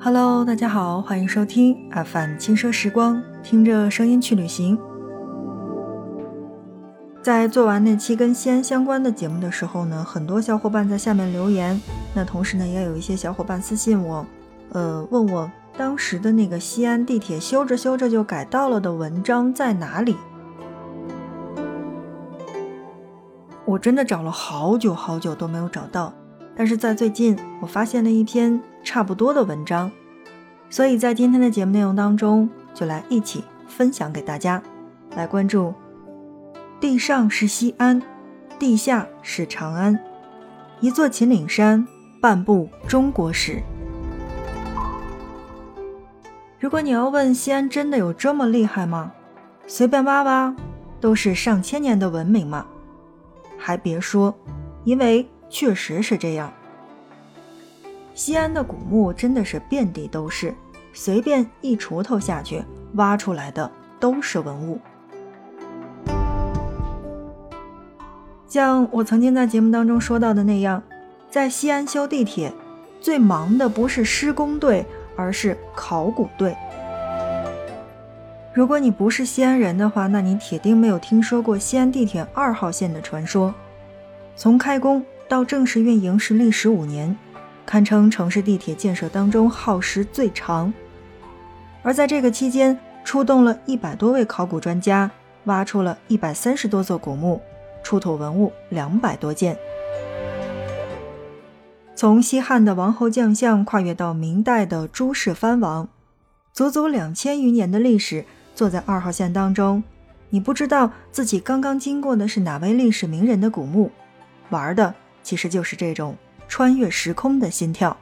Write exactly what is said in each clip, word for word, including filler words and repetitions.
Hello， 大家好，欢迎收听 F M 轻奢时光，听着声音去旅行。在做完那期跟西安相关的节目的时候呢，很多小伙伴在下面留言，那同时呢，也有一些小伙伴私信我，呃，问我当时的那个西安地铁修着修着就改道了的文章在哪里。我真的找了好久好久都没有找到，但是在最近我发现了一篇差不多的文章，所以在今天的节目内容当中就来一起分享给大家，来关注地上是西安，地下是长安，一座秦岭山，半部中国史。如果你要问西安真的有这么厉害吗？随便挖挖都是上千年的文明嘛。还别说，因为确实是这样。西安的古墓真的是遍地都是，随便一锄头下去，挖出来的都是文物。像我曾经在节目当中说到的那样，在西安修地铁，最忙的不是施工队，而是考古队。如果你不是西安人的话，那你铁定没有听说过西安地铁二号线的传说。从开工到正式运营是历时五年，堪称城市地铁建设当中耗时最长。而在这个期间，出动了一百多位考古专家，挖出了一百三十多座古墓，出土文物两百多件。从西汉的王侯将相跨越到明代的诸氏藩王，足足两千余年的历史，坐在二号线当中，你不知道自己刚刚经过的是哪位历史名人的古墓，玩的其实就是这种穿越时空的心跳。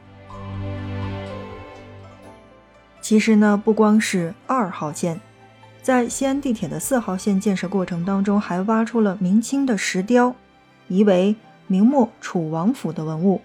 其实呢，不光是二号线，在西安地铁的四号线建设过程当中，还挖出了明清的石雕，疑为明末楚王府的文物。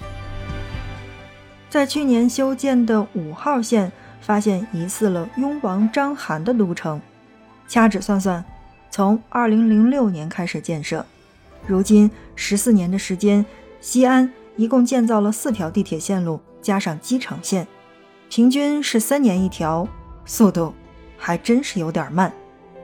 在去年修建的五号线，发现疑似了雍王章邯的都城。掐指算算，从二零零六年开始建设，如今十四年的时间，西安一共建造了四条地铁线路，加上机场线，平均是三年一条，速度还真是有点慢。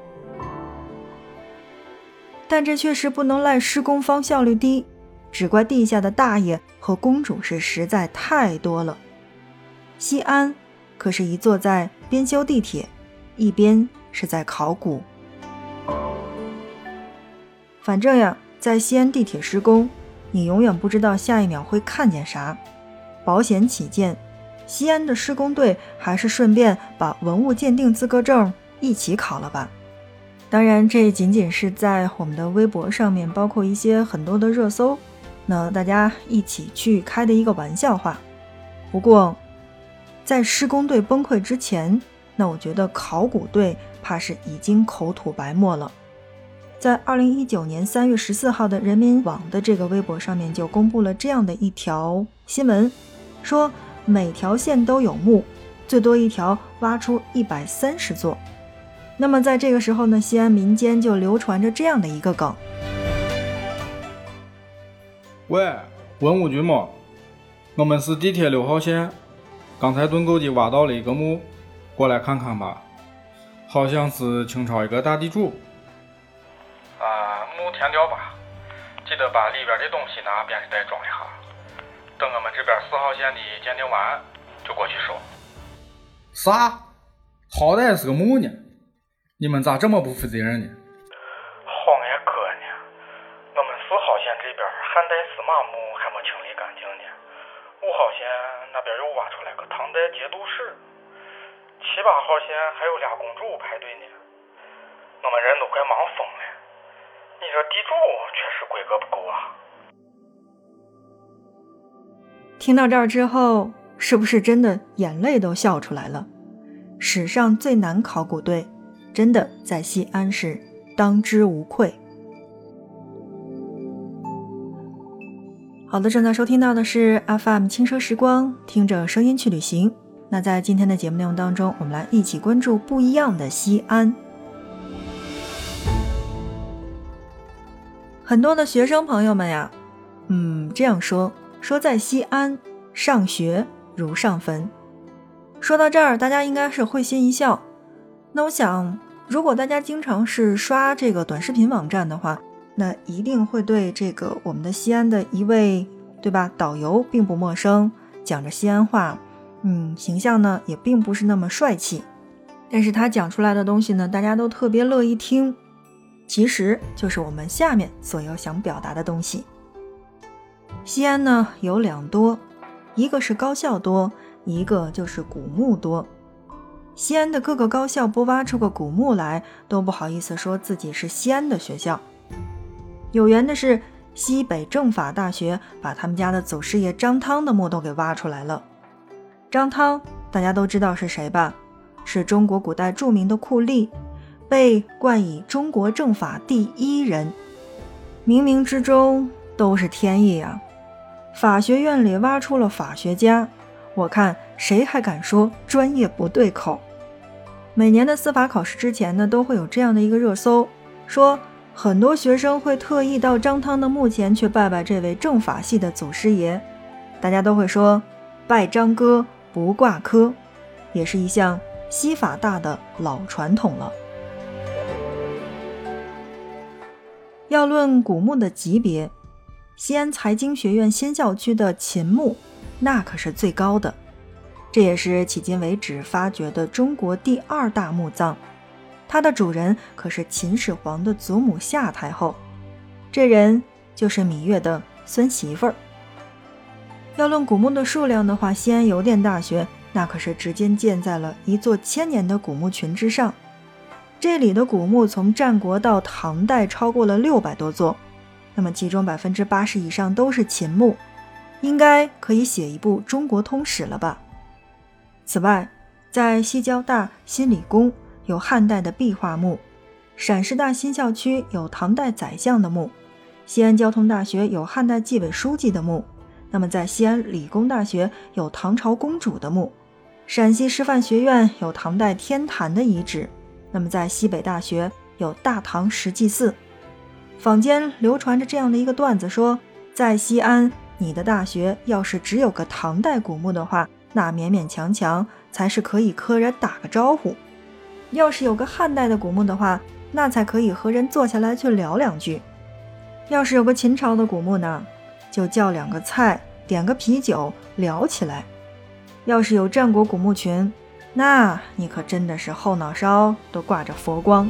但这确实不能赖施工方效率低，只怪地下的大爷和公主是实在太多了。西安可是一座在边修地铁，一边是在考古。反正呀，在西安地铁施工，你永远不知道下一秒会看见啥。保险起见，西安的施工队还是顺便把文物鉴定资格证一起考了吧。当然，这仅仅是在我们的微博上面，包括一些很多的热搜，那大家一起去开的一个玩笑话。不过在施工队崩溃之前，那我觉得考古队怕是已经口吐白沫了。在二零一九年三月十四号的人民网的这个微博上面就公布了这样的一条新闻，说每条线都有墓，最多一条挖出一百三十座。那么在这个时候呢，西安民间就流传着这样的一个梗： 喂，文物局吗？我们是地铁六号线，刚才蹲狗机挖到了一个墓，过来看看吧。好像是清朝一个大地主。 啊，墓填掉吧，记得把里边的东西拿编织袋装一下，等我们这边四号线的鉴定完就过去收。 啥？好歹是个墓呢，你们咋这么不负责任呢？ 晃也哥呢，我们四号线这边汉代司马墓还没清理干净呢，五号线那边又挖出来个唐代节度使，七八号线还有俩公主排队呢，我们人都快忙疯了。你说地主确实规格不够啊。 听到这儿之后，是不是真的眼泪都笑出来了？史上最难考古队真的在西安市当之无愧。好的，正在收听到的是 F M 轻奢时光，听着声音去旅行。那在今天的节目内容当中，我们来一起关注不一样的西安。很多的学生朋友们呀，嗯，这样说，说在西安上学如上坟。 说到这儿，大家应该是会心一笑。那我想，如果大家经常是刷这个短视频网站的话，那一定会对这个我们的西安的一位，对吧，导游并不陌生，讲着西安话，嗯，形象呢也并不是那么帅气，但是他讲出来的东西呢，大家都特别乐意听，其实就是我们下面所要想表达的东西。西安呢有两多，一个是高校多，一个就是古墓多。西安的各个高校不挖出个古墓来，都不好意思说自己是西安的学校。有缘的是，西北政法大学把他们家的祖师爷张汤的墓都给挖出来了。张汤大家都知道是谁吧？是中国古代著名的酷吏，被冠以中国政法第一人。冥冥之中都是天意啊！法学院里挖出了法学家，我看谁还敢说专业不对口。每年的司法考试之前呢，都会有这样的一个热搜，说很多学生会特意到张汤的墓前去拜拜这位政法系的祖师爷，大家都会说拜张哥不挂科，也是一项西法大的老传统了。要论古墓的级别，西安财经学院新校区的秦墓那可是最高的，这也是迄今为止发掘的中国第二大墓葬，它的主人可是秦始皇的祖母夏太后，这人就是芈月的孙媳妇儿。要论古墓的数量的话，西安邮电大学那可是直接建在了一座千年的古墓群之上，这里的古墓从战国到唐代超过了六百多座，那么其中百分之八十以上都是秦墓，应该可以写一部中国通史了吧。此外，在西交大新理工有汉代的壁画墓，陕师大新校区有唐代宰相的墓，西安交通大学有汉代纪委书记的墓，那么在西安理工大学有唐朝公主的墓，陕西师范学院有唐代天坛的遗址，那么在西北大学有大唐石祭祀。坊间流传着这样的一个段子说，在西安你的大学要是只有个唐代古墓的话，那勉勉强强才是可以和人打个招呼，要是有个汉代的古墓的话，那才可以和人坐下来去聊两句，要是有个秦朝的古墓呢，就叫两个菜点个啤酒聊起来，要是有战国古墓群，那你可真的是后脑勺都挂着佛光。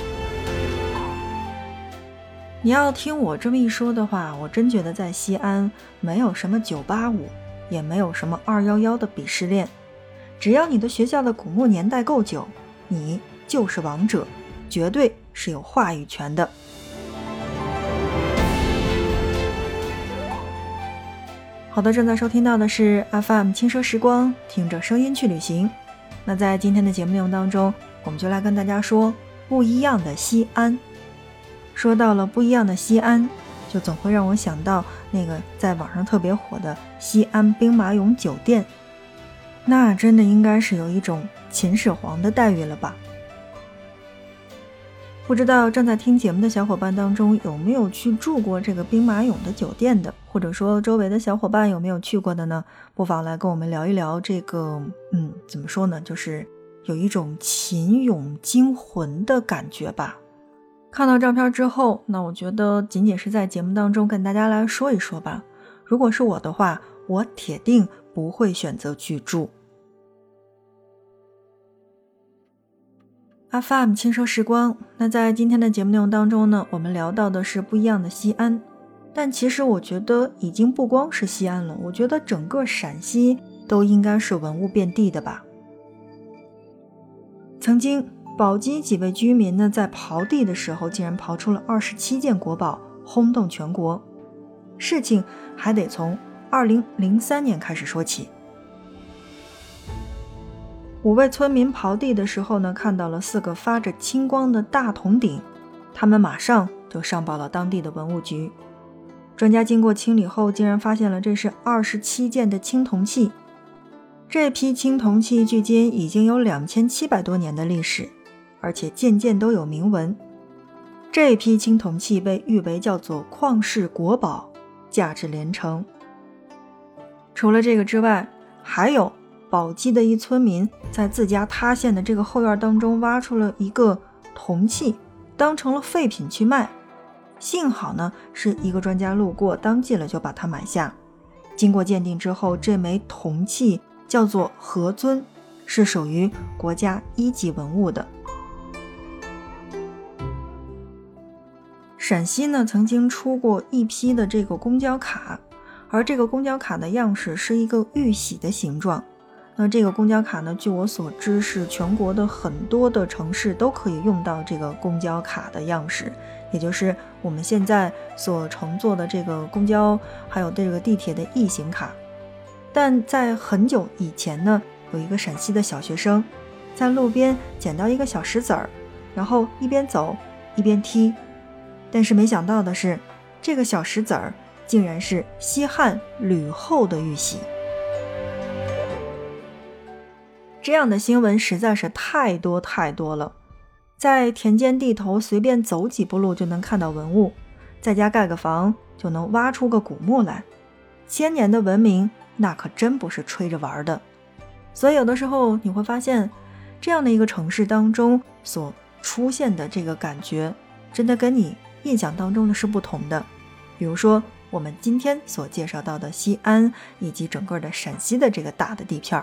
你要听我这么一说的话，我真觉得在西安没有什么九八五，也没有什么二一一的鄙视链，只要你的学校的古墓年代够久，你就是王者，绝对是有话语权的。好的，正在收听到的是 F M 轻奢时光，听着声音去旅行。那在今天的节目内容当中，我们就来跟大家说不一样的西安。说到了不一样的西安，就总会让我想到那个在网上特别火的西安兵马俑酒店，那真的应该是有一种秦始皇的待遇了吧。不知道正在听节目的小伙伴当中有没有去住过这个兵马俑的酒店的，或者说周围的小伙伴有没有去过的呢？不妨来跟我们聊一聊这个嗯，怎么说呢，就是有一种秦俑惊魂的感觉吧。看到照片之后，那我觉得仅仅是在节目当中跟大家来说一说吧。如果是我的话，我铁定不会选择去住。F M 轻奢时光，那在今天的节目内容当中呢，我们聊到的是不一样的西安，但其实我觉得已经不光是西安了，我觉得整个陕西都应该是文物遍地的吧。曾经宝鸡几位居民呢，在刨地的时候竟然刨出了二十七件国宝，轰动全国。事情还得从二零零三年开始说起。五位村民刨地的时候呢，看到了四个发着青光的大铜鼎，他们马上就上报了当地的文物局。专家经过清理后，竟然发现了这是二十七件的青铜器。这批青铜器距今已经有两千七百多年的历史，而且件件都有铭文。这批青铜器被誉为叫做旷世国宝，价值连城。除了这个之外，还有宝鸡的一村民在自家塌陷的这个后院当中挖出了一个铜器，当成了废品去卖。幸好呢，是一个专家路过，当即了就把它买下。经过鉴定之后，这枚铜器叫做何尊，是属于国家一级文物的。陕西呢曾经出过一批的这个公交卡，而这个公交卡的样式是一个玉玺的形状。那这个公交卡呢，据我所知是全国的很多的城市都可以用到这个公交卡的样式，也就是我们现在所乘坐的这个公交还有这个地铁的异形卡。但在很久以前呢，有一个陕西的小学生在路边捡到一个小石子儿，然后一边走一边踢，但是没想到的是，这个小石子儿竟然是西汉吕后的玉玺。这样的新闻实在是太多太多了，在田间地头随便走几步路就能看到文物，在家盖个房就能挖出个古墓来，千年的文明那可真不是吹着玩的。所以有的时候你会发现，这样的一个城市当中所出现的这个感觉真的跟你印象当中的是不同的。比如说我们今天所介绍到的西安以及整个的陕西的这个大的地片。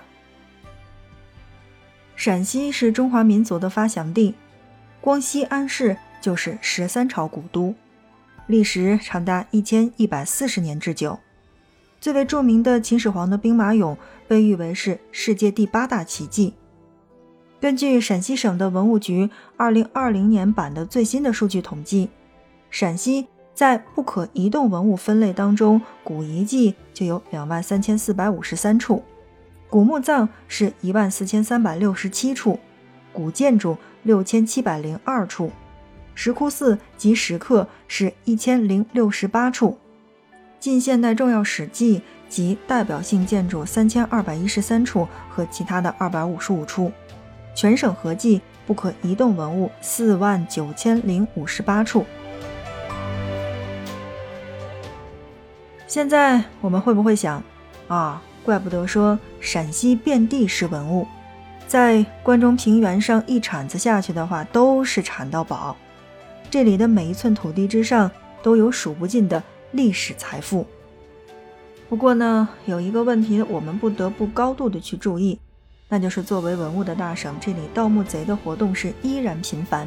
陕西是中华民族的发祥地，光西安市就是十三朝古都，历时长达一千一百四十年之久。最为著名的秦始皇的兵马俑被誉为是世界第八大奇迹。根据陕西省的文物局二零二零年版的最新的数据统计，陕西在不可移动文物分类当中，古遗迹就有两万三千四百五十三处，古墓葬是一万四千三百六十七处，古建筑六千七百零二处，石窟寺及石刻是一千零六十八处，近现代重要史迹及代表性建筑三千二百一十三处和其他的二百五十五处，全省合计不可移动文物四万九千零五十八处。现在我们会不会想啊，怪不得说陕西遍地是文物，在关中平原上一铲子下去的话都是铲到宝，这里的每一寸土地之上都有数不尽的历史财富。不过呢，有一个问题我们不得不高度的去注意，那就是作为文物的大省，这里盗墓贼的活动是依然频繁。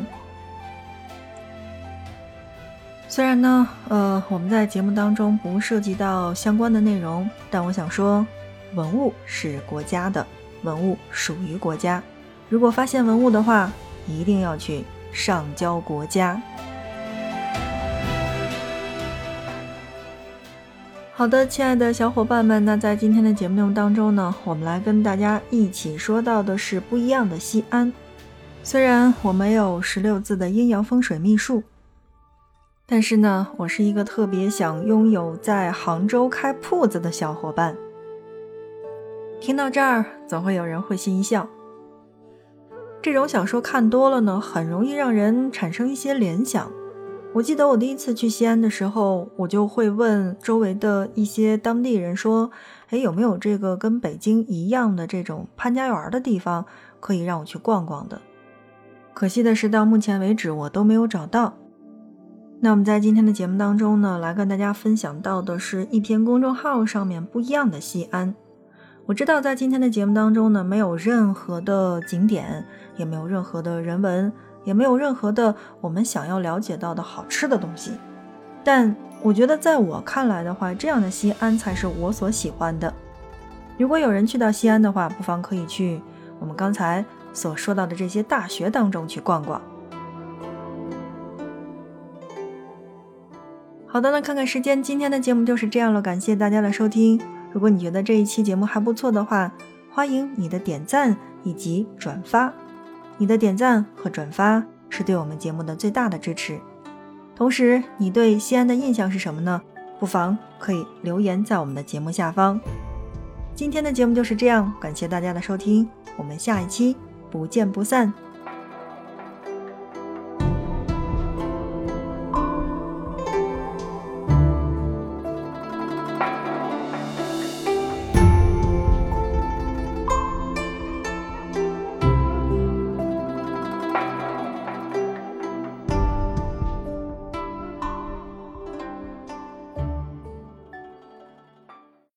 虽然呢，呃，我们在节目当中不涉及到相关的内容，但我想说，文物是国家的，文物属于国家。如果发现文物的话，一定要去上交国家。好的，亲爱的小伙伴们，那在今天的节目内容当中呢，我们来跟大家一起说到的是不一样的西安。虽然我没有十六字的阴阳风水秘术，但是呢，我是一个特别想拥有在杭州开铺子的小伙伴。听到这儿，总会有人会心一笑。这种小说看多了呢，很容易让人产生一些联想。我记得我第一次去西安的时候，我就会问周围的一些当地人说，诶，有没有这个跟北京一样的这种潘家园的地方可以让我去逛逛的。可惜的是，到目前为止我都没有找到。那我们在今天的节目当中呢，来跟大家分享到的是一篇公众号上面不一样的西安。我知道在今天的节目当中呢，没有任何的景点，也没有任何的人文，也没有任何的我们想要了解到的好吃的东西。但我觉得在我看来的话，这样的西安才是我所喜欢的。如果有人去到西安的话，不妨可以去我们刚才所说到的这些大学当中去逛逛。好的，那看看时间，今天的节目就是这样了，感谢大家的收听。如果你觉得这一期节目还不错的话，欢迎你的点赞以及转发。你的点赞和转发是对我们节目的最大的支持。同时，你对西安的印象是什么呢？不妨可以留言在我们的节目下方。今天的节目就是这样，感谢大家的收听，我们下一期不见不散。